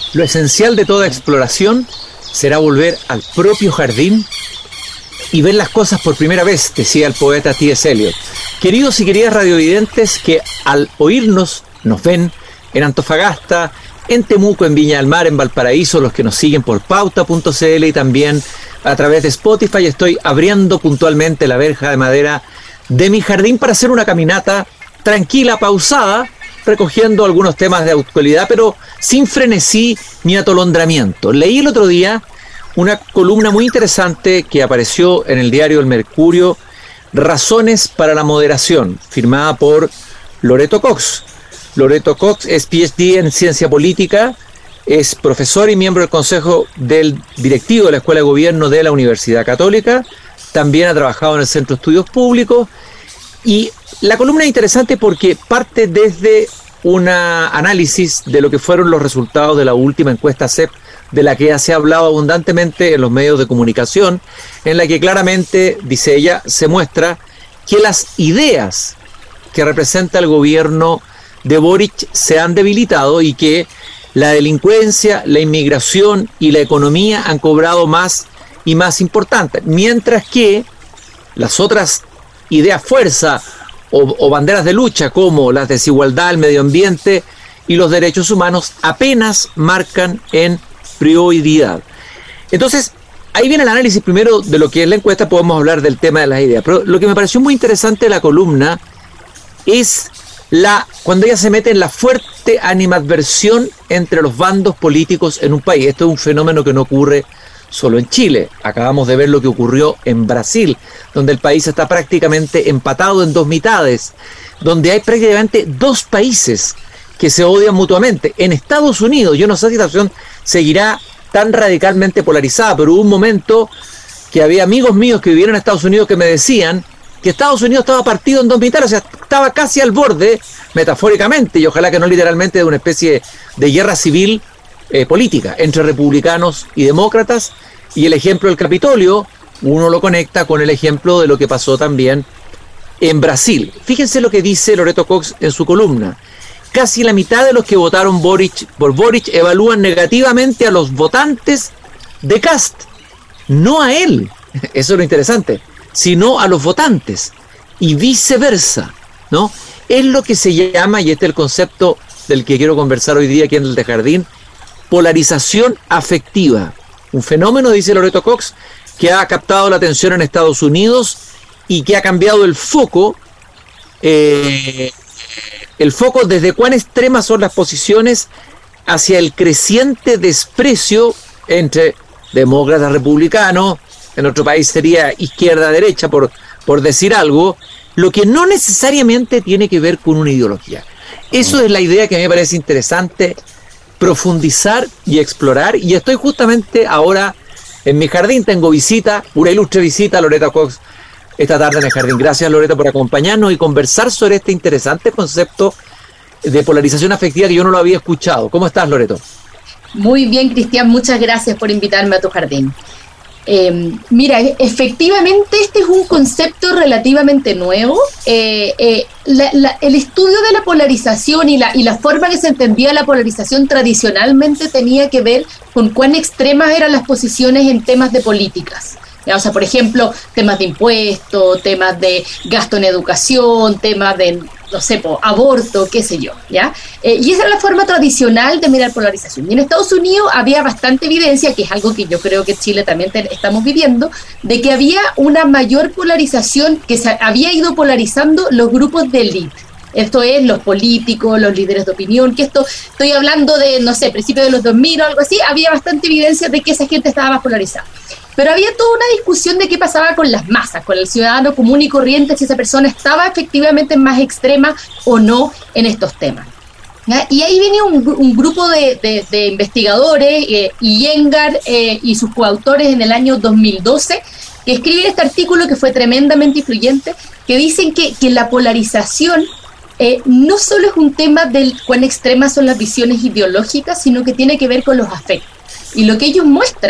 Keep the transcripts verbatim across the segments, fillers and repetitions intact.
Lo esencial de toda exploración será volver al propio jardín y ver las cosas por primera vez, decía el poeta T S Eliot. Queridos y queridas radiovidentes que al oírnos nos ven en Antofagasta, en Temuco, en Viña del Mar, en Valparaíso, los que nos siguen por pauta punto c l y también a través de Spotify. Estoy abriendo puntualmente la verja de madera de mi jardín para hacer una caminata tranquila, pausada, recogiendo algunos temas de actualidad, pero sin frenesí ni atolondramiento. Leí el otro día una columna muy interesante que apareció en el diario El Mercurio, Razones para la Moderación, firmada por Loreto Cox. Loreto Cox es P H D en Ciencia Política, es profesor y miembro del Consejo del Directivo de la Escuela de Gobierno de la Universidad Católica, también ha trabajado en el Centro de Estudios Públicos, y la columna es interesante porque parte desde un análisis de lo que fueron los resultados de la última encuesta C E P, de la que ya se ha hablado abundantemente en los medios de comunicación, en la que claramente, dice ella, se muestra que las ideas que representa el gobierno de Boric se han debilitado y que la delincuencia, la inmigración y la economía han cobrado más y más importante, mientras que las otras ideas fuerza o, o banderas de lucha como la desigualdad, el medio ambiente y los derechos humanos apenas marcan en prioridad. Entonces, ahí viene el análisis primero de lo que es la encuesta, podemos hablar del tema de las ideas, pero lo que me pareció muy interesante de la columna es la cuando ella se mete en la fuerte animadversión entre los bandos políticos en un país. Esto es un fenómeno que no ocurre solo en Chile. Acabamos de ver lo que ocurrió en Brasil, donde el país está prácticamente empatado en dos mitades, donde hay prácticamente dos países que se odian mutuamente. En Estados Unidos, yo no sé si la situación seguirá tan radicalmente polarizada, pero hubo un momento que había amigos míos que vivieron en Estados Unidos que me decían que Estados Unidos estaba partido en dos mitades, o sea, estaba casi al borde, metafóricamente, y ojalá que no literalmente, de una especie de guerra civil eh, política entre republicanos y demócratas, y el ejemplo del Capitolio, uno lo conecta con el ejemplo de lo que pasó también en Brasil. Fíjense lo que dice Loreto Cox en su columna. Casi la mitad de los que votaron Boric, por Boric evalúan negativamente a los votantes de Kast, no a él, eso es lo interesante, sino a los votantes, y viceversa, ¿no? Es lo que se llama, y este es el concepto del que quiero conversar hoy día aquí en el de Jardín, polarización afectiva. Un fenómeno, dice Loreto Cox, que ha captado la atención en Estados Unidos y que ha cambiado el foco, eh, el foco desde cuán extremas son las posiciones hacia el creciente desprecio entre demócratas, republicanos, en otro país sería izquierda-derecha, por, por decir algo, lo que no necesariamente tiene que ver con una ideología. Eso es la idea que a mí me parece interesante profundizar y explorar, y estoy justamente ahora en mi jardín, tengo visita, una ilustre visita, Loreto Cox, esta tarde en el jardín. Gracias, Loreto, por acompañarnos y conversar sobre este interesante concepto de polarización afectiva que yo no lo había escuchado. ¿Cómo estás, Loreto? Muy bien, Cristian, muchas gracias por invitarme a tu jardín. Eh, mira, efectivamente este es un concepto relativamente nuevo. Eh, eh, la, la, el estudio de la polarización y la, y la forma que se entendía la polarización tradicionalmente tenía que ver con cuán extremas eran las posiciones en temas de políticas. ¿Ya? O sea, por ejemplo, temas de impuestos, temas de gasto en educación, temas de, no sé, po, aborto, qué sé yo, ¿ya? Eh, y esa es la forma tradicional de mirar polarización. Y en Estados Unidos había bastante evidencia, que es algo que yo creo que en Chile también te, estamos viviendo, de que había una mayor polarización, que se había ido polarizando los grupos de élite. Esto es, los políticos, los líderes de opinión, que esto, estoy hablando de, no sé, principios de los dos mil o algo así, había bastante evidencia de que esa gente estaba más polarizada. Pero había toda una discusión de qué pasaba con las masas, con el ciudadano común y corriente, si esa persona estaba efectivamente más extrema o no en estos temas. ¿Ya? Y ahí viene un, un grupo de, de, de investigadores, eh, Iyengar eh, y sus coautores en el año dos mil doce, que escriben este artículo que fue tremendamente influyente, que dicen que, que la polarización eh, no solo es un tema del cuán extremas son las visiones ideológicas, sino que tiene que ver con los afectos. Y lo que ellos muestran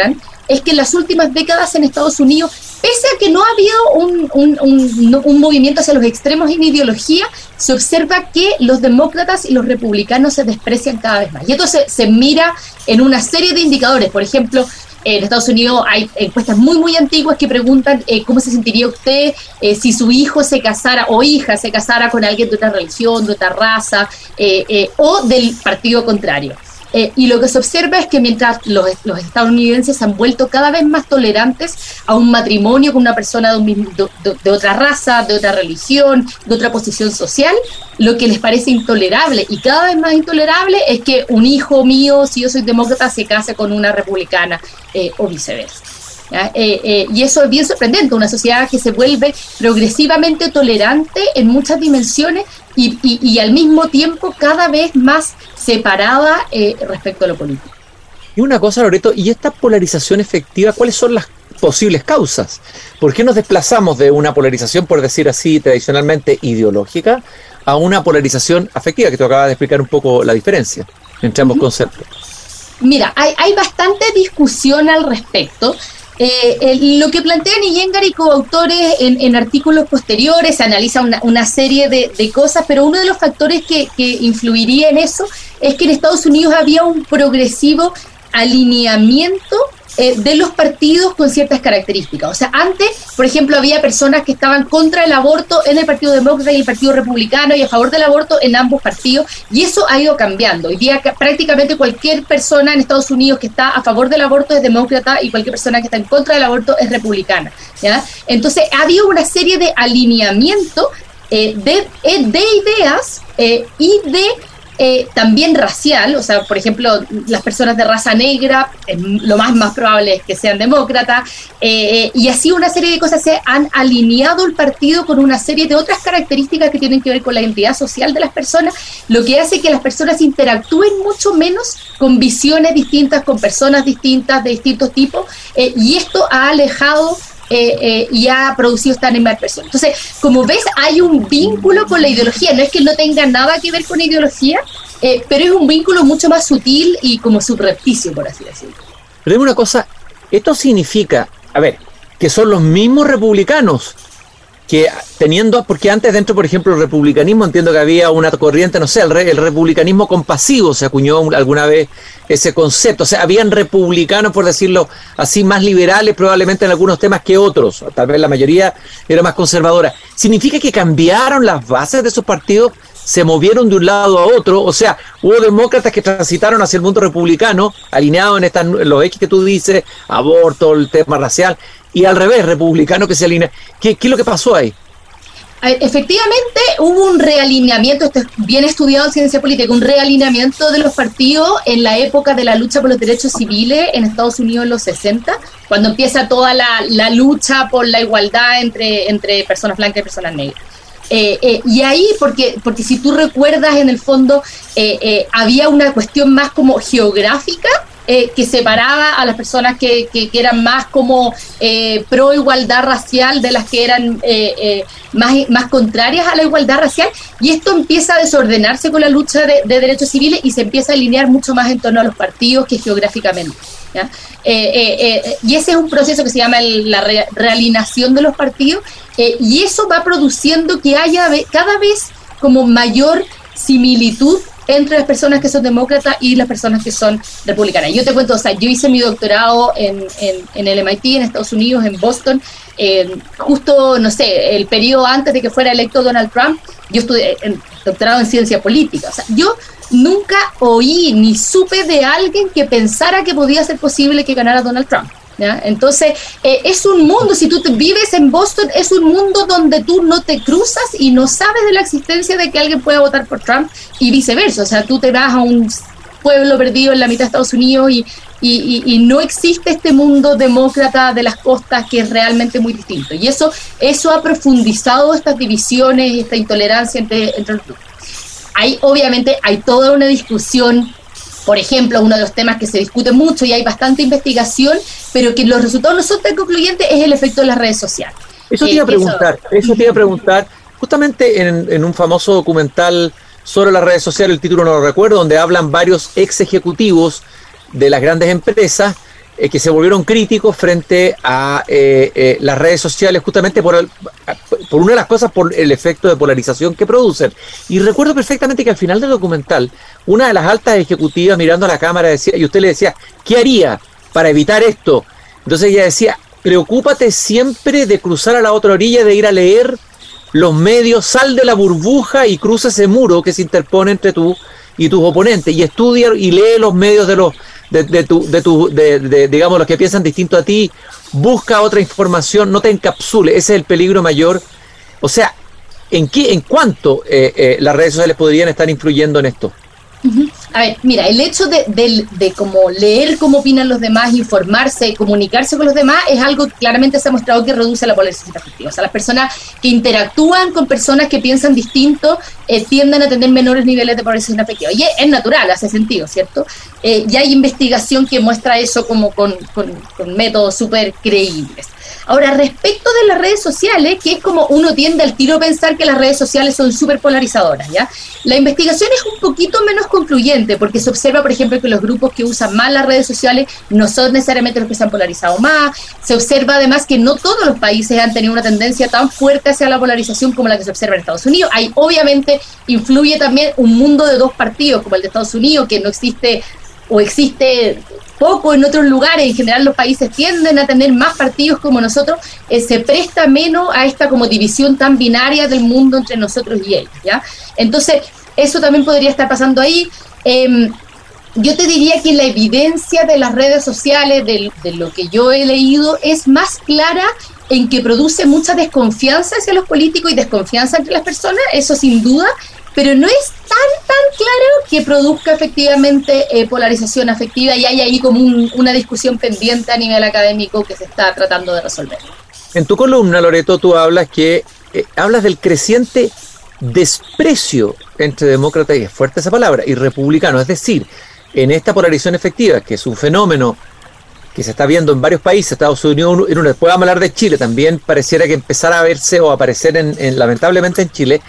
es que en las últimas décadas en Estados Unidos, pese a que no ha habido un, un, un, un movimiento hacia los extremos en ideología, se observa que los demócratas y los republicanos se desprecian cada vez más. Y esto se, se mira en una serie de indicadores. Por ejemplo, en Estados Unidos hay encuestas muy, muy antiguas que preguntan eh, cómo se sentiría usted eh, si su hijo se casara o hija se casara con alguien de otra religión, de otra raza eh, eh, o del partido contrario. Eh, y lo que se observa es que mientras los, los estadounidenses se han vuelto cada vez más tolerantes a un matrimonio con una persona de, un, de, de otra raza, de otra religión, de otra posición social, lo que les parece intolerable y cada vez más intolerable es que un hijo mío, si yo soy demócrata, se case con una republicana eh, o viceversa. ¿Ya? Eh, eh, y eso es bien sorprendente, una sociedad que se vuelve progresivamente tolerante en muchas dimensiones y, y, y al mismo tiempo cada vez más separada eh, respecto a lo político. Y una cosa, Loreto, ¿y esta polarización efectiva, cuáles son las posibles causas? ¿Por qué nos desplazamos de una polarización, por decir así, tradicionalmente ideológica, a una polarización afectiva, que tú acabas de explicar un poco la diferencia entre ambos uh-huh. conceptos? Mira, hay, hay bastante discusión al respecto. Eh, eh, lo que plantean Iyengar y coautores en, en artículos posteriores, se analiza una, una serie de, de cosas, pero uno de los factores que, que influiría en eso es que en Estados Unidos había un progresivo alineamiento eh, de los partidos con ciertas características. O sea, antes, por ejemplo, había personas que estaban contra el aborto en el Partido Demócrata y el Partido Republicano y a favor del aborto en ambos partidos, y eso ha ido cambiando. Hoy día prácticamente cualquier persona en Estados Unidos que está a favor del aborto es demócrata y cualquier persona que está en contra del aborto es republicana, ¿ya? Entonces, ha habido una serie de alineamiento eh, de, de ideas eh, y de Eh, también racial, o sea, por ejemplo, las personas de raza negra, eh, lo más, más probable es que sean demócratas, eh, y así una serie de cosas se han alineado el partido con una serie de otras características que tienen que ver con la identidad social de las personas, lo que hace que las personas interactúen mucho menos con visiones distintas, con personas distintas, de distintos tipos, eh, y esto ha alejado Eh, eh, y ha producido esta animadversión. Entonces, como ves, hay un vínculo con la ideología, no es que no tenga nada que ver con ideología, eh, pero es un vínculo mucho más sutil y como subrepticio, por así decirlo. Pero dime una cosa, esto significa, a ver, que son los mismos republicanos que teniendo, porque antes dentro, por ejemplo, el republicanismo, entiendo que había una corriente, no sé, el, re, el republicanismo compasivo, se acuñó alguna vez ese concepto, o sea, habían republicanos, por decirlo así, más liberales probablemente en algunos temas que otros, tal vez la mayoría era más conservadora. ¿Significa que cambiaron las bases de esos partidos? ¿Se movieron de un lado a otro? O sea, hubo demócratas que transitaron hacia el mundo republicano, alineados en estas, los X que tú dices, aborto, el tema racial, y al revés, republicano que se alinea. ¿Qué, qué es lo que pasó ahí? Efectivamente, hubo un realineamiento, esto es bien estudiado en ciencia política, un realineamiento de los partidos en la época de la lucha por los derechos civiles en Estados Unidos en los sesenta, cuando empieza toda la, la lucha por la igualdad entre, entre personas blancas y personas negras. Eh, eh, y ahí, porque, porque si tú recuerdas, en el fondo eh, eh, había una cuestión más como geográfica, Eh, que separaba a las personas que, que, que eran más como eh, pro igualdad racial de las que eran eh, eh, más, más contrarias a la igualdad racial, y esto empieza a desordenarse con la lucha de, de derechos civiles y se empieza a alinear mucho más en torno a los partidos que geográficamente, ¿ya? Eh, eh, eh, y ese es un proceso que se llama el, la re, realineación de los partidos, eh, y eso va produciendo que haya cada vez como mayor similitud entre las personas que son demócratas y las personas que son republicanas. Yo te cuento, o sea, yo hice mi doctorado en, en, en el M I T, en Estados Unidos, en Boston, eh, justo, no sé, el periodo antes de que fuera electo Donald Trump. Yo estudié en, doctorado en ciencia política. O sea, yo nunca oí ni supe de alguien que pensara que podía ser posible que ganara Donald Trump, ¿ya? Entonces, eh, es un mundo, si tú te vives en Boston, es un mundo donde tú no te cruzas y no sabes de la existencia de que alguien pueda votar por Trump y viceversa. O sea, tú te vas a un pueblo perdido en la mitad de Estados Unidos y, y, y, y no existe este mundo demócrata de las costas que es realmente muy distinto. Y eso, eso ha profundizado estas divisiones y esta intolerancia entre, entre los grupos. Hay, obviamente, hay toda una discusión. Por ejemplo, uno de los temas que se discute mucho y hay bastante investigación, pero que los resultados no son tan concluyentes, es el efecto de las redes sociales. Eso te iba a preguntar, eso, eso te iba a preguntar, justamente en, en un famoso documental sobre las redes sociales, el título no lo recuerdo, donde hablan varios ex ejecutivos de las grandes empresas eh, que se volvieron críticos frente a eh, eh, las redes sociales, justamente por, el, por una de las cosas, por el efecto de polarización que producen. Y recuerdo perfectamente que al final del documental, una de las altas ejecutivas mirando a la cámara decía, y usted le decía, ¿qué haría para evitar esto? Entonces ella decía, preocúpate siempre de cruzar a la otra orilla, de ir a leer los medios, sal de la burbuja y cruza ese muro que se interpone entre tú y tus oponentes, y estudia y lee los medios de los de, de tu, de tu, de, de, digamos, los que piensan distinto a ti, busca otra información, no te encapsule, ese es el peligro mayor. O sea, ¿en qué, en cuánto eh, eh, las redes sociales podrían estar influyendo en esto? Uh-huh. A ver, mira, el hecho de, de, de como leer cómo opinan los demás, informarse, comunicarse con los demás, es algo que claramente se ha mostrado que reduce la polarización afectiva. O sea, las personas que interactúan con personas que piensan distinto eh, tienden a tener menores niveles de polarización afectiva. Y es, es natural, hace sentido, ¿cierto? Eh, ya hay investigación que muestra eso como con, con, con métodos súper creíbles. Ahora, respecto de las redes sociales, que es como uno tiende al tiro a pensar que las redes sociales son súper polarizadoras, ¿ya? La investigación es un poquito menos concluyente, porque se observa, por ejemplo, que los grupos que usan más las redes sociales no son necesariamente los que se han polarizado más. Se observa además que no todos los países han tenido una tendencia tan fuerte hacia la polarización como la que se observa en Estados Unidos. Ahí obviamente influye también un mundo de dos partidos, como el de Estados Unidos, que no existe o existe poco en otros lugares. En general los países tienden a tener más partidos como nosotros, eh, se presta menos a esta como división tan binaria del mundo entre nosotros y ellos, ¿ya? Entonces, eso también podría estar pasando ahí. Eh, yo te diría que la evidencia de las redes sociales, de, de lo que yo he leído, es más clara en que produce mucha desconfianza hacia los políticos y desconfianza entre las personas, eso sin duda, pero no es tan, tan claro que produzca efectivamente eh, polarización afectiva, y hay ahí como un, una discusión pendiente a nivel académico que se está tratando de resolver. En tu columna, Loreto, tú hablas que eh, hablas del creciente desprecio entre demócratas, y es fuerte esa palabra, y republicanos, es decir, en esta polarización efectiva, que es un fenómeno que se está viendo en varios países, Estados Unidos, en una, después vamos a hablar de Chile, también pareciera que empezara a verse o aparecer en, en, lamentablemente en Chile.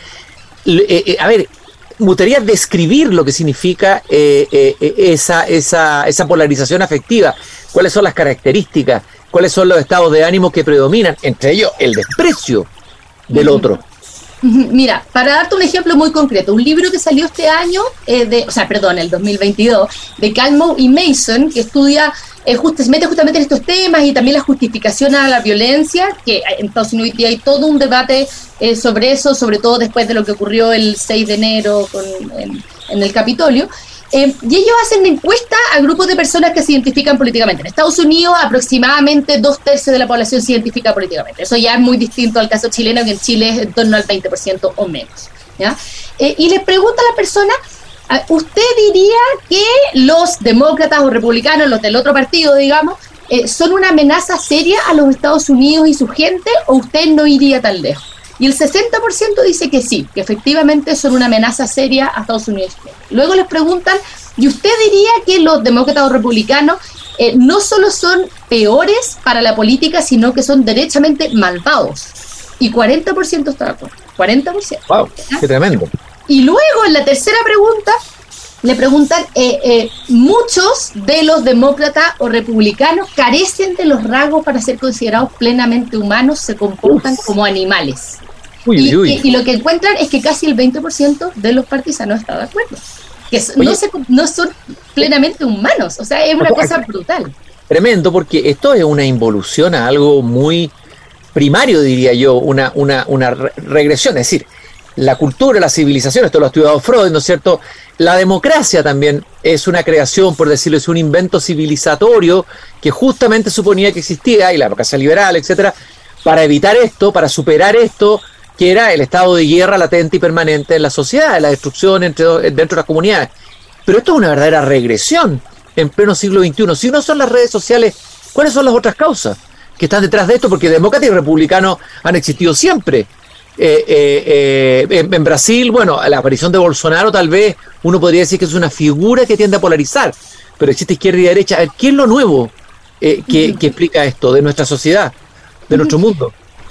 Eh, eh, a ver, me gustaría describir lo que significa eh, eh, esa, esa, esa polarización afectiva, cuáles son las características, cuáles son los estados de ánimo que predominan, entre ellos el desprecio del uh-huh. otro. Mira, para darte un ejemplo muy concreto, un libro que salió este año, eh, de, o sea, perdón, el dos mil veintidós, de Calmo y Mason, que estudia, eh, just, se mete justamente en estos temas y también la justificación a la violencia, que en Estados Unidos hay todo un debate eh, sobre eso, sobre todo después de lo que ocurrió el seis de enero con, en, en el Capitolio. Eh, y ellos hacen una encuesta a grupos de personas que se identifican políticamente. En Estados Unidos aproximadamente dos tercios de la población se identifica políticamente. Eso ya es muy distinto al caso chileno, que en Chile es en torno al veinte por ciento o menos, ¿ya? Eh, y les pregunta a la persona, ¿usted diría que los demócratas o republicanos, los del otro partido, digamos, eh, son una amenaza seria a los Estados Unidos y su gente, o usted no iría tan lejos? Y el sesenta por ciento dice que sí, que efectivamente son una amenaza seria a Estados Unidos. Luego les preguntan, ¿y usted diría que los demócratas o republicanos eh, no solo son peores para la política, sino que son derechamente malvados? Y cuarenta por ciento está de acuerdo. cuarenta por ciento. ¡Wow! ¡Qué tremendo! Y luego, en la tercera pregunta, le preguntan, eh, eh, muchos de los demócratas o republicanos carecen de los rasgos para ser considerados plenamente humanos, se comportan Uf. como animales. Uy, y, uy. Y, y lo que encuentran es que casi el veinte por ciento de los partisanos está de acuerdo, que no, se, no son plenamente humanos. O sea, es una cosa brutal. Tremendo, porque esto es una involución a algo muy primario, diría yo, una, una, una regresión, es decir, la cultura, la civilización, esto lo ha estudiado Freud, ¿no es cierto? La democracia también es una creación, por decirlo, es un invento civilizatorio que justamente suponía que existía, y la democracia liberal, etcétera, para evitar esto, para superar esto, que era el estado de guerra latente y permanente en la sociedad, la destrucción entre, dentro de las comunidades. Pero esto es una verdadera regresión en pleno siglo veintiuno. Si no son las redes sociales, ¿cuáles son las otras causas que están detrás de esto? Porque demócratas y republicanos han existido siempre. Eh, eh, eh, en, en Brasil, bueno, la aparición de Bolsonaro tal vez uno podría decir que es una figura que tiende a polarizar, pero existe izquierda y derecha. A ver, ¿qué es lo nuevo eh, que, que explica esto de nuestra sociedad, de nuestro mundo?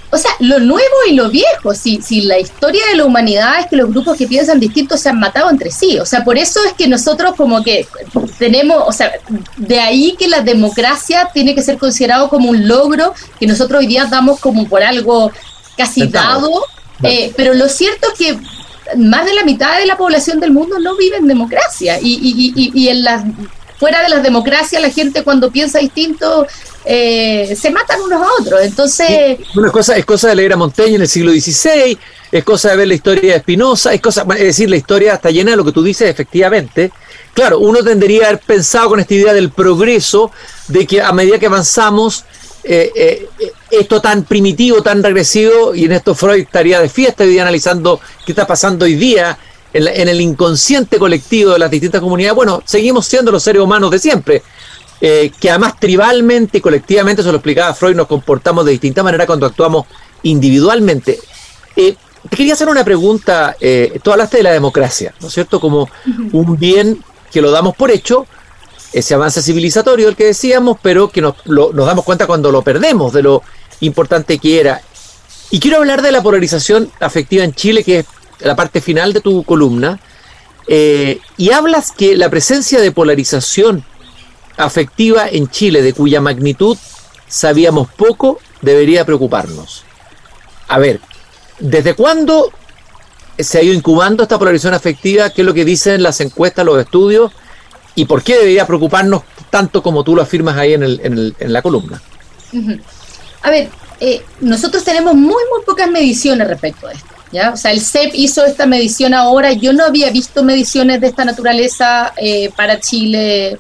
o sea, lo nuevo y lo viejo, si, si la historia de la humanidad es que los grupos que piensan distintos se han matado entre sí, o sea, por eso es que nosotros como que tenemos, o sea, de ahí que la democracia tiene que ser considerado como un logro que nosotros hoy día damos como por algo casi dado, eh, pero lo cierto es que más de la mitad de la población del mundo no vive en democracia, y, y, y, y en las, fuera de las democracias la gente cuando piensa distinto Eh, se matan unos a otros, entonces... Una cosa, es cosa de leer a Montaigne en el siglo dieciséis, es cosa de ver la historia de Spinoza, es cosa, es decir, la historia está llena de lo que tú dices, efectivamente. Claro, uno tendría que haber pensado con esta idea del progreso, de que a medida que avanzamos, eh, eh, esto tan primitivo, tan regresivo, y en esto Freud estaría de fiesta hoy día analizando qué está pasando hoy día en, la, en el inconsciente colectivo de las distintas comunidades. Bueno, seguimos siendo los seres humanos de siempre. Eh, que además tribalmente y colectivamente, eso lo explicaba Freud, nos comportamos de distinta manera cuando actuamos individualmente. Eh, te quería hacer una pregunta, eh, tú hablaste de la democracia, ¿no es cierto? Como uh-huh. un bien que lo damos por hecho, ese avance civilizatorio del que decíamos, pero que nos, lo, nos damos cuenta cuando lo perdemos, de lo importante que era. Y quiero hablar de la polarización afectiva en Chile, que es la parte final de tu columna, eh, y hablas que la presencia de polarización afectiva en Chile, de cuya magnitud sabíamos poco, debería preocuparnos. A ver, ¿desde cuándo se ha ido incubando esta polarización afectiva? ¿Qué es lo que dicen las encuestas, los estudios? ¿Y por qué debería preocuparnos tanto como tú lo afirmas ahí en, el, en, el, en la columna? Uh-huh. A ver, eh, nosotros tenemos muy, muy pocas mediciones respecto a esto, ¿ya? O sea, el C E P hizo esta medición ahora, yo no había visto mediciones de esta naturaleza eh, para Chile.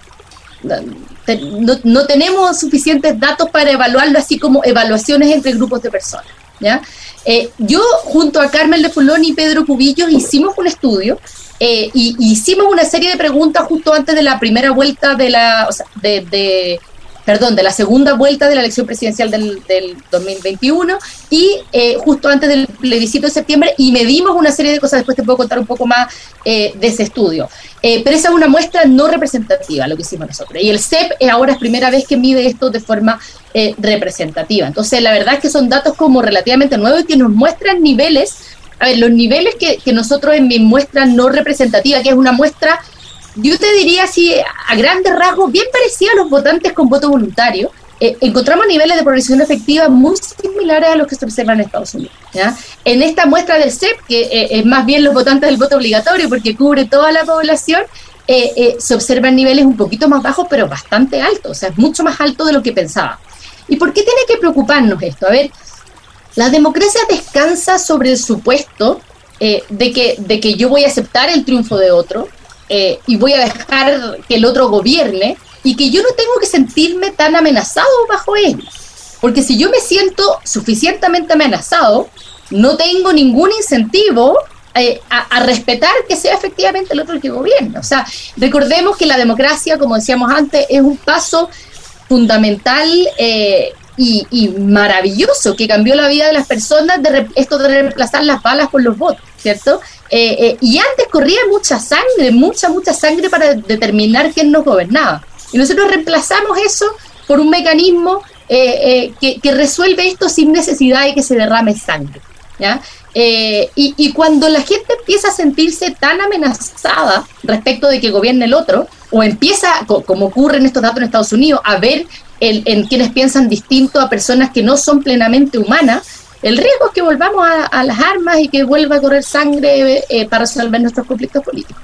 No, no tenemos suficientes datos para evaluarlo así como evaluaciones entre grupos de personas, ¿ya? Eh, yo junto a Carmen Lefulón y Pedro Cubillos hicimos un estudio eh, y, y hicimos una serie de preguntas justo antes de la primera vuelta de la, o sea, de, de perdón, de la segunda vuelta de la elección presidencial del, del dos mil veintiuno y eh, justo antes del plebiscito de septiembre, y medimos una serie de cosas. Después te puedo contar un poco más eh, de ese estudio. Eh, pero esa es una muestra no representativa, lo que hicimos nosotros. Y el C E P eh, ahora es primera vez que mide esto de forma eh, representativa. Entonces, la verdad es que son datos como relativamente nuevos y que nos muestran niveles, a ver, los niveles que, que nosotros en mi muestra no representativa, que es una muestra, yo te diría así, a grandes rasgos, bien parecida a los votantes con voto voluntario, eh, encontramos niveles de polarización efectiva muy similares a los que se observan en Estados Unidos, ¿ya? En esta muestra del C E P, que eh, es más bien los votantes del voto obligatorio, porque cubre toda la población, eh, eh, se observan niveles un poquito más bajos, pero bastante altos, o sea, es mucho más alto de lo que pensaba. ¿Y por qué tiene que preocuparnos esto? A ver, la democracia descansa sobre el supuesto eh, de, que, de que yo voy a aceptar el triunfo de otro, Eh, y voy a dejar que el otro gobierne, y que yo no tengo que sentirme tan amenazado bajo él, porque si yo me siento suficientemente amenazado, no tengo ningún incentivo eh, a, a respetar que sea efectivamente el otro el que gobierna. O sea, recordemos que la democracia, como decíamos antes, es un paso fundamental eh, y, y maravilloso que cambió la vida de las personas, de re- esto de reemplazar las balas por los votos, ¿cierto? Eh, eh, y antes corría mucha sangre, mucha, mucha sangre para determinar quién nos gobernaba. Y nosotros reemplazamos eso por un mecanismo eh, eh, que, que resuelve esto sin necesidad de que se derrame sangre, ¿ya? Eh, y, y cuando la gente empieza a sentirse tan amenazada respecto de que gobierne el otro, o empieza, co- como ocurre en estos datos en Estados Unidos, a ver el, en quienes piensan distinto a personas que no son plenamente humanas, el riesgo es que volvamos a, a las armas y que vuelva a correr sangre eh, para resolver nuestros conflictos políticos.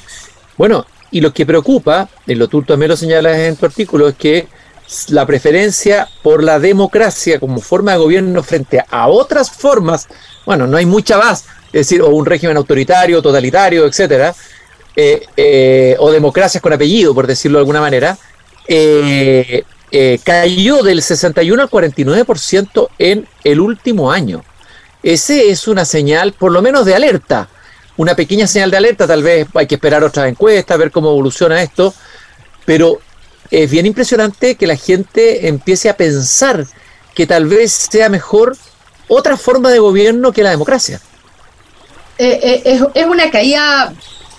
Bueno, y lo que preocupa, y lo tú también lo señalas en tu artículo, es que la preferencia por la democracia como forma de gobierno frente a otras formas, bueno, no hay mucha más, es decir, o un régimen autoritario, totalitario, etcétera, eh, eh, o democracias con apellido, por decirlo de alguna manera, eh, Eh, cayó del sesenta y uno al cuarenta y nueve por ciento en el último año. Ese es una señal, por lo menos de alerta, una pequeña señal de alerta. Tal vez hay que esperar otras encuestas, ver cómo evoluciona esto, pero es bien impresionante que la gente empiece a pensar que tal vez sea mejor otra forma de gobierno que la democracia. Eh, eh, es, es una caída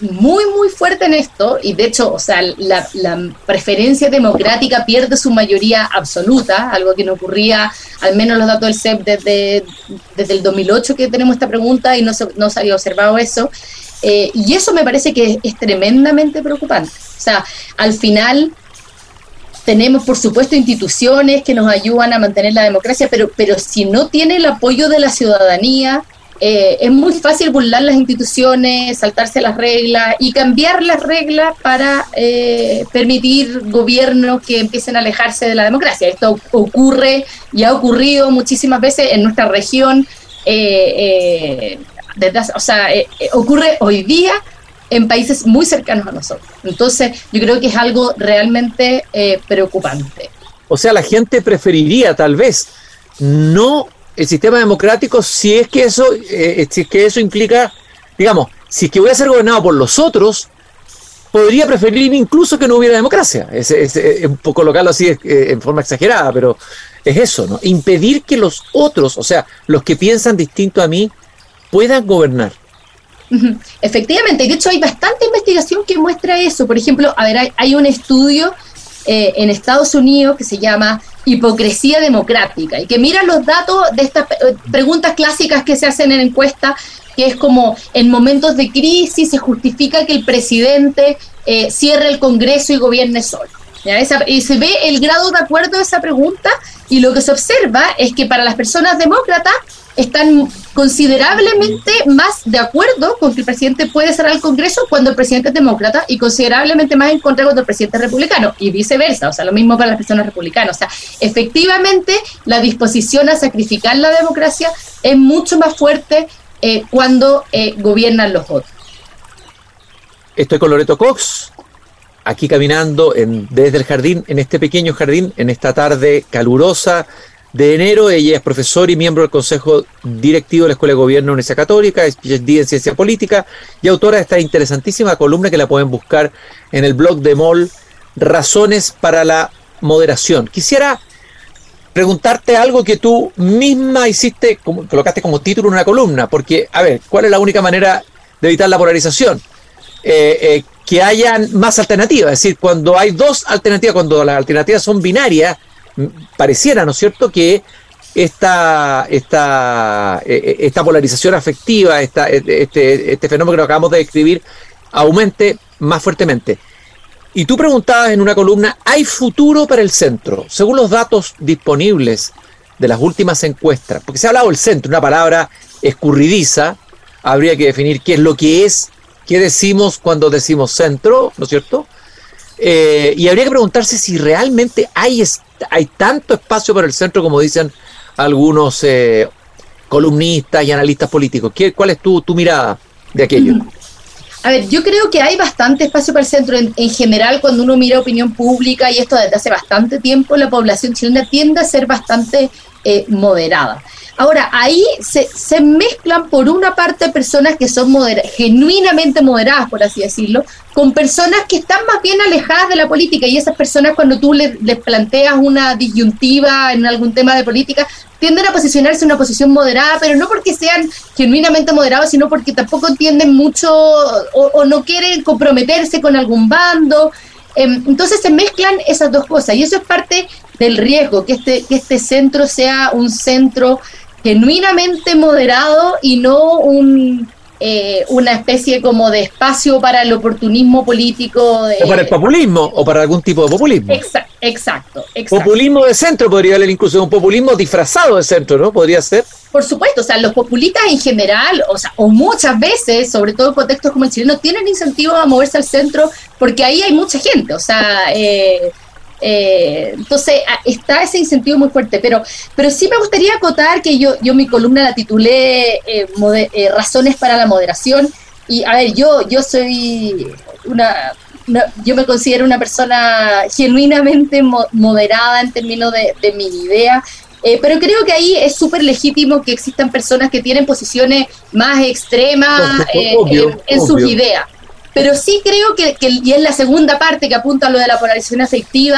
muy, muy fuerte en esto, y de hecho, o sea, la, la preferencia democrática pierde su mayoría absoluta, algo que no ocurría, al menos los datos del C E P desde, desde el dos mil ocho que tenemos esta pregunta y no se, no se había observado eso, eh, y eso me parece que es, es tremendamente preocupante. O sea, al final tenemos, por supuesto, instituciones que nos ayudan a mantener la democracia, pero, pero si no tiene el apoyo de la ciudadanía, eh, es muy fácil burlar las instituciones, saltarse las reglas y cambiar las reglas para eh, permitir gobiernos que empiecen a alejarse de la democracia. Esto ocurre y ha ocurrido muchísimas veces en nuestra región, eh, eh, desde, o sea, eh, eh, ocurre hoy día en países muy cercanos a nosotros. Entonces, yo creo que es algo realmente eh, preocupante. O sea, la gente preferiría tal vez no el sistema democrático si es que eso, eh, si es que eso implica, digamos, si es que voy a ser gobernado por los otros, podría preferir incluso que no hubiera democracia. Es, es, es un poco colocarlo así eh, en forma exagerada, pero es eso, ¿no? Impedir que los otros, o sea, los que piensan distinto a mí, puedan gobernar. Efectivamente, de hecho hay bastante investigación que muestra eso. Por ejemplo, a ver, hay, hay un estudio eh, en Estados Unidos que se llama Hipocresía Democrática y que mira los datos de estas eh, preguntas clásicas que se hacen en encuestas, que es como en momentos de crisis se justifica que el presidente eh, cierre el Congreso y gobierne solo. ¿Ya? Esa, y se ve el grado de acuerdo de esa pregunta, y lo que se observa es que para las personas demócratas están considerablemente más de acuerdo con que el presidente puede cerrar el Congreso cuando el presidente es demócrata, y considerablemente más en contra cuando el presidente es republicano, y viceversa, o sea, lo mismo para las personas republicanas. O sea, efectivamente, la disposición a sacrificar la democracia es mucho más fuerte eh, cuando eh, gobiernan los otros. Estoy con Loreto Cox, aquí caminando en, desde el jardín, en este pequeño jardín, en esta tarde calurosa de enero. Ella es profesora y miembro del Consejo Directivo de la Escuela de Gobierno de la Universidad Católica, es P H D en Ciencia Política y autora de esta interesantísima columna que la pueden buscar en el blog de M O L, Razones para la Moderación. Quisiera preguntarte algo que tú misma hiciste, como, colocaste como título en una columna, porque, a ver, ¿cuál es la única manera de evitar la polarización? Eh, eh, que hayan más alternativas, es decir, cuando hay dos alternativas, cuando las alternativas son binarias, pareciera, ¿no es cierto?, que esta, esta, esta polarización afectiva, esta, este, este fenómeno que acabamos de describir, aumente más fuertemente. Y tú preguntabas en una columna, ¿hay futuro para el centro? Según los datos disponibles de las últimas encuestas, porque se ha hablado del centro, una palabra escurridiza, habría que definir qué es lo que es, qué decimos cuando decimos centro, ¿no es cierto? Eh, y habría que preguntarse si realmente hay, hay tanto espacio para el centro como dicen algunos eh, columnistas y analistas políticos. ¿Qué, ¿Cuál es tu, tu mirada de aquello? A ver, yo creo que hay bastante espacio para el centro. En, en general, cuando uno mira opinión pública, y esto desde hace bastante tiempo, la población chilena tiende a ser bastante eh, moderada. Ahora, ahí se, se mezclan por una parte personas que son modera- genuinamente moderadas, por así decirlo, con personas que están más bien alejadas de la política, y esas personas, cuando tú les, les planteas una disyuntiva en algún tema de política, tienden a posicionarse en una posición moderada, pero no porque sean genuinamente moderados, sino porque tampoco entienden mucho o, o no quieren comprometerse con algún bando. Entonces se mezclan esas dos cosas, y eso es parte del riesgo, que este, que este centro sea un centro genuinamente moderado y no un eh, una especie como de espacio para el oportunismo político. De, o para el populismo, o para algún tipo de populismo. Exa- exacto, exacto. Populismo de centro podría haber incluso un populismo disfrazado de centro, ¿no? Podría ser. Por supuesto, o sea, los populistas en general, o sea, o muchas veces, sobre todo en contextos como el chileno, tienen incentivo a moverse al centro porque ahí hay mucha gente, o sea, eh, eh, entonces está ese incentivo muy fuerte, pero pero sí me gustaría acotar que yo yo mi columna la titulé eh, moder- eh, Razones para la Moderación, y a ver, yo yo soy una... No, yo me considero una persona genuinamente mo- moderada en términos de, de mi idea, eh, pero creo que ahí es súper legítimo que existan personas que tienen posiciones más extremas eh, obvio, en, en sus ideas. Pero sí creo que, que, y es la segunda parte que apunta a lo de la polarización afectiva,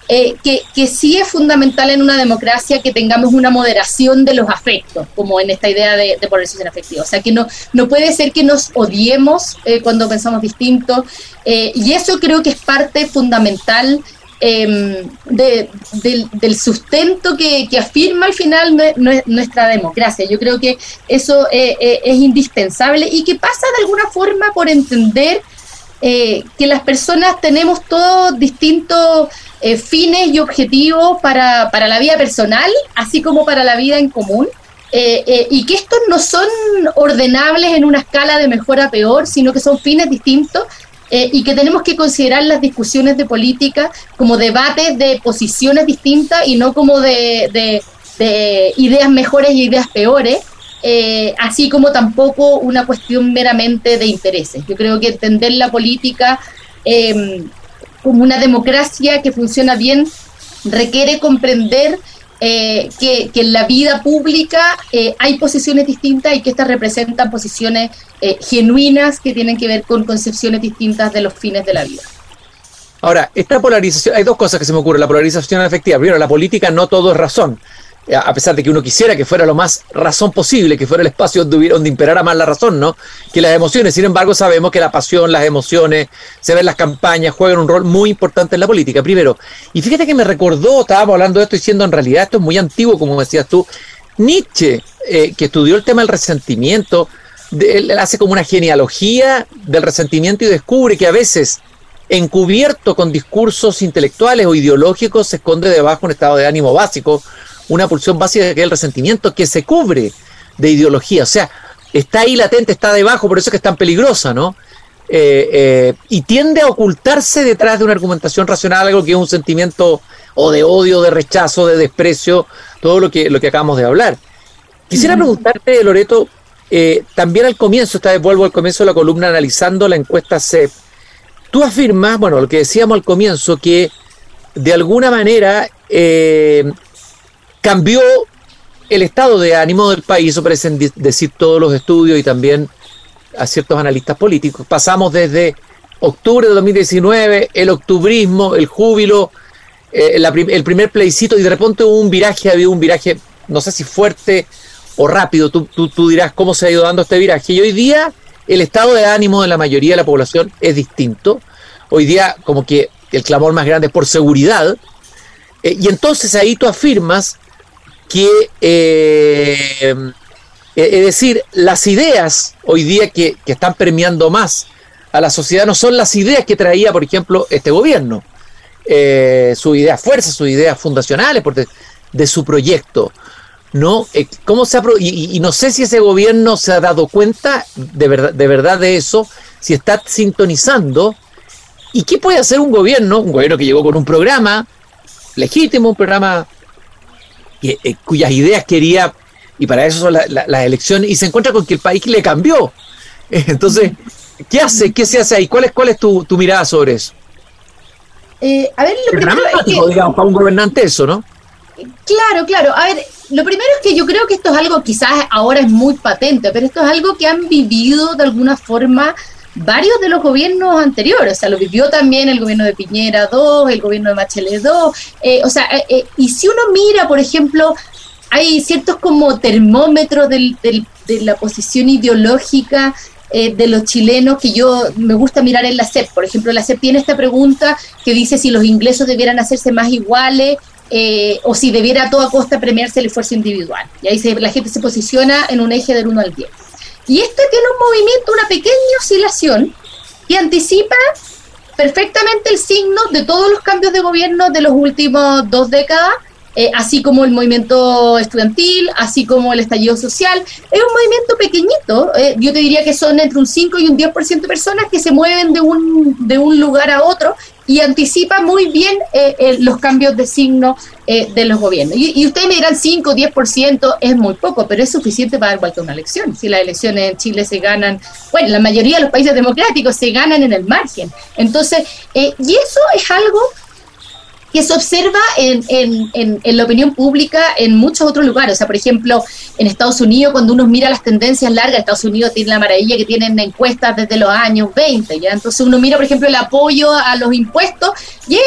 eh, que, que sí es fundamental en una democracia que tengamos una moderación de los afectos, como en esta idea de, de polarización afectiva. O sea, que no, no puede ser que nos odiemos eh, cuando pensamos distinto, eh, y eso creo que es parte fundamental eh, de, del, del sustento que, que afirma al final nuestra democracia. Yo creo que eso eh, eh, es indispensable y que pasa de alguna forma por entender eh, que las personas tenemos todos distintos eh, fines y objetivos para, para la vida personal, así como para la vida en común. Eh, eh, y que estos no son ordenables en una escala de mejor a peor, sino que son fines distintos, eh, y que tenemos que considerar las discusiones de política como debates de posiciones distintas y no como de, de, de ideas mejores y ideas peores, eh, así como tampoco una cuestión meramente de intereses. Yo creo que entender la política eh, como una democracia que funciona bien requiere comprender Eh, que, que en la vida pública eh, hay posiciones distintas y que estas representan posiciones eh, genuinas que tienen que ver con concepciones distintas de los fines de la vida. Ahora, esta polarización, hay dos cosas que se me ocurren. La polarización afectiva. Primero, la política no todo es razón, a pesar de que uno quisiera que fuera lo más razón posible, que fuera el espacio donde, hubiera, donde imperara más la razón, ¿no? Que las emociones. Sin embargo, sabemos que la pasión, las emociones, se ven las campañas, juegan un rol muy importante en la política, primero. Y fíjate que me recordó, estábamos hablando de esto diciendo, en realidad esto es muy antiguo, como decías tú. Nietzsche, eh, que estudió el tema del resentimiento, de, él hace como una genealogía del resentimiento y descubre que a veces, encubierto con discursos intelectuales o ideológicos, se esconde debajo un estado de ánimo básico, una pulsión básica que es el resentimiento, que se cubre de ideología. O sea, está ahí latente, está debajo, por eso es que es tan peligrosa, ¿no? Eh, eh, y tiende a ocultarse detrás de una argumentación racional, algo que es un sentimiento o de odio, de rechazo, de desprecio, todo lo que, lo que acabamos de hablar. Quisiera preguntarte, Loreto, eh, también al comienzo, esta vez vuelvo al comienzo de la columna analizando la encuesta C E P, tú afirmas, bueno, lo que decíamos al comienzo, que de alguna manera eh, cambió el estado de ánimo del país, eso parecen decir todos los estudios y también a ciertos analistas políticos. Pasamos desde octubre de dos mil diecinueve, el octubrismo, el júbilo, eh, la, el primer plebiscito, y de repente hubo un viraje, había un viraje, no sé si fuerte o rápido, tú, tú, tú dirás cómo se ha ido dando este viraje. Y hoy día el estado de ánimo de la mayoría de la población es distinto. Hoy día como que el clamor más grande es por seguridad, eh, y entonces ahí tú afirmas que, eh, es decir, las ideas hoy día que, que están permeando más a la sociedad no son las ideas que traía, por ejemplo, este gobierno, eh, sus ideas fuerzas, sus ideas fundacionales de, de su proyecto, ¿no? Eh, ¿cómo se ha, y, y no sé si ese gobierno se ha dado cuenta de verdad, de verdad de eso, si está sintonizando, y qué puede hacer un gobierno, un gobierno que llegó con un programa legítimo, un programa Que, eh, cuyas ideas quería, y para eso son las la, la elecciones, y se encuentra con que el país le cambió. Entonces, ¿qué hace? ¿Qué se hace ahí? ¿Cuál es, cuál es tu, tu mirada sobre eso? Eh, a ver, lo es primero es que, digamos, para un gobernante eso, ¿no? Claro, claro. A ver, lo primero es que yo creo que esto es algo, quizás ahora es muy patente, pero esto es algo que han vivido de alguna forma varios de los gobiernos anteriores. O sea, lo vivió también el gobierno de Piñera dos, el gobierno de Bachelet dos, eh, o sea, eh, eh, y si uno mira, por ejemplo, hay ciertos como termómetros del, del, de la posición ideológica eh, de los chilenos que yo me gusta mirar en la C E P. Por ejemplo, la C E P tiene esta pregunta que dice si los ingresos debieran hacerse más iguales, eh, o si debiera a toda costa premiarse el esfuerzo individual. Y ahí se, la gente se posiciona en un eje del uno al diez. Y este tiene un movimiento, una pequeña oscilación que anticipa perfectamente el signo de todos los cambios de gobierno de los últimos dos décadas, eh, así como el movimiento estudiantil, así como el estallido social. Es un movimiento pequeñito, eh, yo te diría que son entre un cinco y un diez por ciento de personas que se mueven de un, de un lugar a otro y anticipa muy bien eh, eh, los cambios de signo eh, de los gobiernos. Y, y ustedes me dirán cinco o diez por ciento es muy poco, pero es suficiente para dar vuelta a una elección. Si las elecciones en Chile se ganan, bueno, la mayoría de los países democráticos se ganan en el margen. Entonces, eh, y eso es algo que se observa en, en, en, en la opinión pública en muchos otros lugares. O sea, por ejemplo, en Estados Unidos, cuando uno mira las tendencias largas, Estados Unidos tiene la maravilla que tienen encuestas desde los años veinte, ¿ya? Entonces uno mira, por ejemplo, el apoyo a los impuestos y es un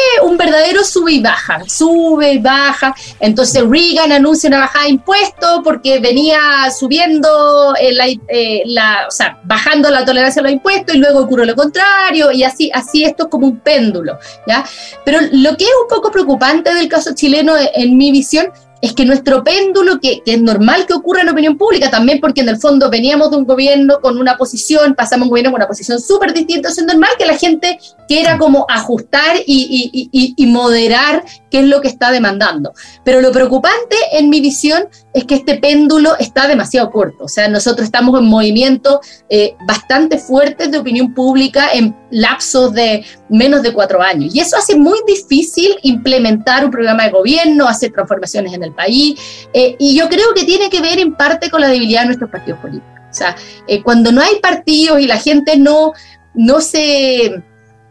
verdadero sube y baja, sube y baja. Entonces Reagan anuncia una bajada de impuestos porque venía subiendo, eh, la, eh, la, o sea, bajando la tolerancia a los impuestos, y luego ocurre lo contrario, y así, así esto es como un péndulo, ¿ya? Pero lo que es un poco preocupante del caso chileno, en mi visión, es que nuestro péndulo, que, que es normal que ocurra en la opinión pública, también porque en el fondo veníamos de un gobierno con una posición, pasamos a un gobierno con una posición súper distinta, es normal que la gente quiera como ajustar y, y, y, y moderar qué es lo que está demandando. Pero lo preocupante, en mi visión, es que este péndulo está demasiado corto. O sea, nosotros estamos en movimientos eh, bastante fuertes de opinión pública en lapsos de menos de cuatro años. Y eso hace muy difícil implementar un programa de gobierno, hacer transformaciones en el país. Eh, y yo creo que tiene que ver en parte con la debilidad de nuestros partidos políticos. O sea, eh, cuando no hay partidos y la gente no, no se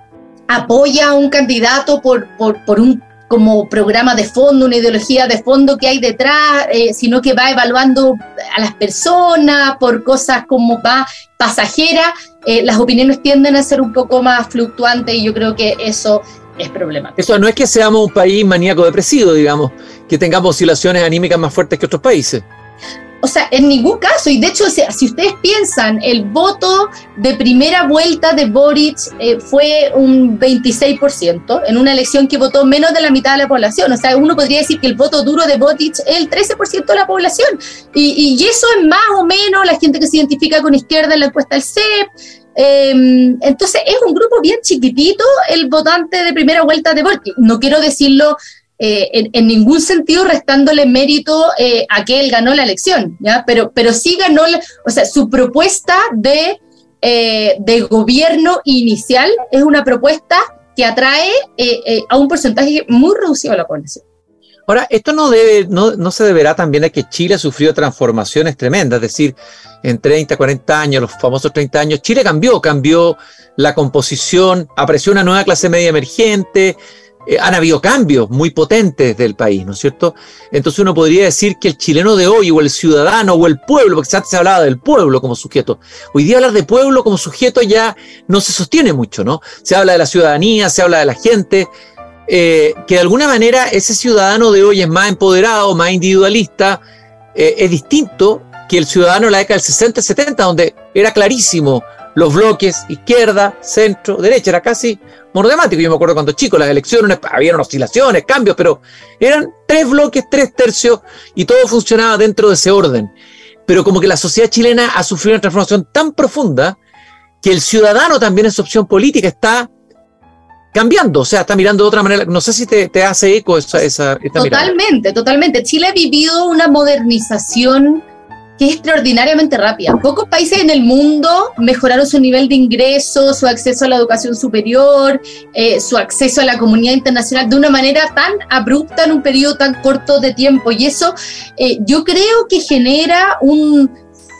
apoya a un candidato por, por, por un como programa de fondo, una ideología de fondo que hay detrás, eh, sino que va evaluando a las personas por cosas como va pasajera, eh, las opiniones tienden a ser un poco más fluctuantes, y yo creo que eso es problemático. Eso no es que seamos un país maníaco depresivo, digamos, que tengamos oscilaciones anímicas más fuertes que otros países. O sea, en ningún caso, y de hecho, si, si ustedes piensan, el voto de primera vuelta de Boric eh, fue un veintiséis por ciento en una elección que votó menos de la mitad de la población. O sea, uno podría decir que el voto duro de Boric es el trece por ciento de la población, y, y eso es más o menos la gente que se identifica con izquierda en la encuesta del C E P. Eh, entonces, es un grupo bien chiquitito el votante de primera vuelta de Boric. No quiero decirlo Eh, en, en ningún sentido restándole mérito eh, a que él ganó la elección, ¿ya? Pero, pero sí ganó, la, o sea, su propuesta de, eh, de gobierno inicial es una propuesta que atrae eh, eh, a un porcentaje muy reducido de la población. Ahora, esto no, debe, no, no se deberá también a que Chile sufrió transformaciones tremendas, es decir, en treinta, cuarenta años, los famosos treinta años, Chile cambió, cambió la composición, apareció una nueva clase media emergente. Eh, han habido cambios muy potentes del país, ¿no es cierto? Entonces uno podría decir que el chileno de hoy, o el ciudadano, o el pueblo, porque antes se hablaba del pueblo como sujeto, hoy día hablar de pueblo como sujeto ya no se sostiene mucho, ¿no? Se habla de la ciudadanía, se habla de la gente, eh, que de alguna manera ese ciudadano de hoy es más empoderado, más individualista, eh, es distinto que el ciudadano de la década del sesenta y setenta, donde era clarísimo los bloques, izquierda, centro, derecha, era casi monotemático. Yo me acuerdo cuando chico, las elecciones, había oscilaciones, cambios, pero eran tres bloques, tres tercios, y todo funcionaba dentro de ese orden. Pero como que la sociedad chilena ha sufrido una transformación tan profunda que el ciudadano también en su opción política está cambiando, o sea, está mirando de otra manera. No sé si te, te hace eco esa, esa esta Totalmente, mirada. Totalmente. Chile ha vivido una modernización que es extraordinariamente rápida. Pocos países en el mundo mejoraron su nivel de ingresos, su acceso a la educación superior, eh, su acceso a la comunidad internacional de una manera tan abrupta en un periodo tan corto de tiempo. Y eso eh, yo creo que genera un,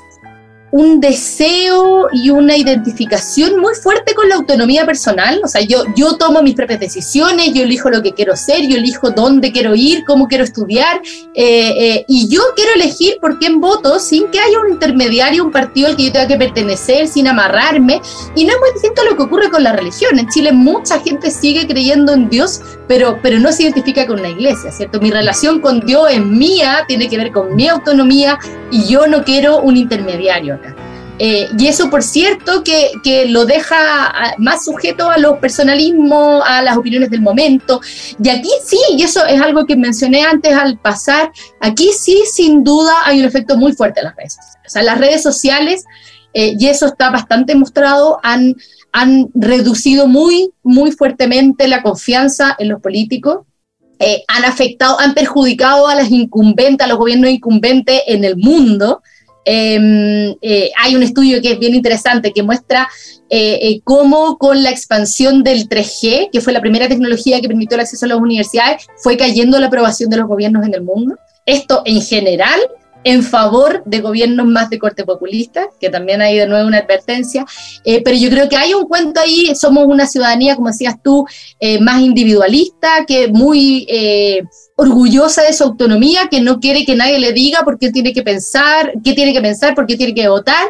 un deseo y una identificación muy fuerte con la autonomía personal. O sea, yo, yo tomo mis propias decisiones, yo elijo lo que quiero ser, yo elijo dónde quiero ir, cómo quiero estudiar, eh, eh, y yo quiero elegir por quién voto sin que haya un intermediario, un partido al que yo tenga que pertenecer, sin amarrarme. Y no es muy distinto a lo que ocurre con la religión. En Chile mucha gente sigue creyendo en Dios, pero, pero no se identifica con una iglesia, ¿cierto? Mi relación con Dios es mía, tiene que ver con mi autonomía, y yo no quiero un intermediario acá. Eh, y eso, por cierto, que, que lo deja más sujeto a los personalismos, a las opiniones del momento. Y aquí sí, y eso es algo que mencioné antes al pasar, aquí sí, sin duda, hay un efecto muy fuerte en las redes sociales. O sea, las redes sociales, eh, y eso está bastante mostrado, han, han reducido muy, muy fuertemente la confianza en los políticos. Eh, han afectado, han perjudicado a las incumbentes, a los gobiernos incumbentes en el mundo. Eh, eh, hay un estudio que es bien interesante que muestra eh, eh, cómo con la expansión del tres G, que fue la primera tecnología que permitió el acceso a las universidades, fue cayendo la aprobación de los gobiernos en el mundo. Esto en general en favor de gobiernos más de corte populista, que también hay de nuevo una advertencia, eh, pero yo creo que hay un cuento ahí. Somos una ciudadanía, como decías tú, eh, más individualista, que muy eh, orgullosa de su autonomía, que no quiere que nadie le diga por qué tiene que pensar, qué tiene que pensar, por qué tiene que votar,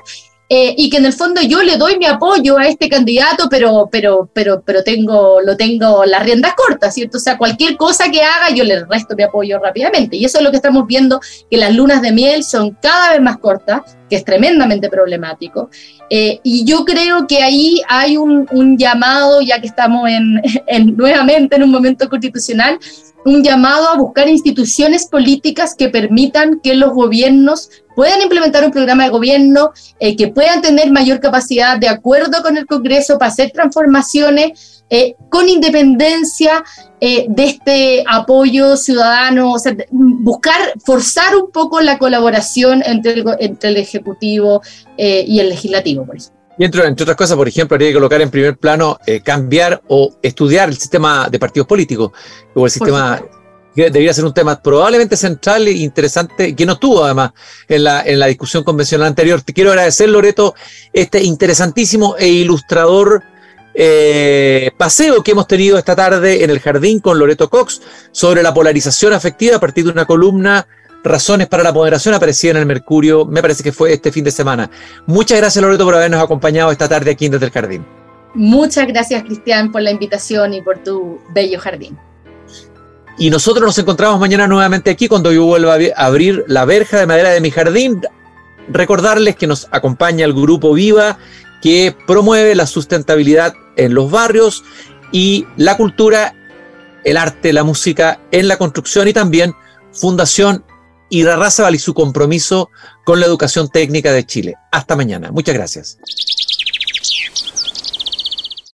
eh, y que en el fondo yo le doy mi apoyo a este candidato, pero, pero, pero, pero tengo, lo tengo las riendas cortas, ¿cierto? O sea, cualquier cosa que haga yo le resto mi apoyo rápidamente. Y eso es lo que estamos viendo, que las lunas de miel son cada vez más cortas, que es tremendamente problemático. Eh, y yo creo que ahí hay un, un llamado, ya que estamos en, en, nuevamente en un momento constitucional, un llamado a buscar instituciones políticas que permitan que los gobiernos puedan implementar un programa de gobierno, eh, que puedan tener mayor capacidad de acuerdo con el Congreso para hacer transformaciones eh, con independencia eh, de este apoyo ciudadano, o sea, buscar, forzar un poco la colaboración entre el, entre el Ejecutivo eh, y el Legislativo, por ejemplo. Y entre, entre otras cosas, por ejemplo, habría que colocar en primer plano, eh, cambiar o estudiar el sistema de partidos políticos, o el sistema que debería ser un tema probablemente central e interesante, que no estuvo además en la, en la discusión convencional anterior. Te quiero agradecer, Loreto, este interesantísimo e ilustrador eh, paseo que hemos tenido esta tarde en el Jardín con Loreto Cox sobre la polarización afectiva a partir de una columna Razones para la Moderación, aparecida en el Mercurio, me parece que fue este fin de semana. Muchas gracias, Loreto, por habernos acompañado esta tarde aquí Desde el Jardín. Muchas gracias, Cristian, por la invitación y por tu bello jardín. Y nosotros nos encontramos mañana nuevamente aquí cuando yo vuelva a abrir la verja de madera de mi jardín. Recordarles que nos acompaña el Grupo Viva, que promueve la sustentabilidad en los barrios y la cultura, el arte, la música en la construcción, y también Fundación Irarrázaval y su compromiso con la educación técnica de Chile. Hasta mañana. Muchas gracias.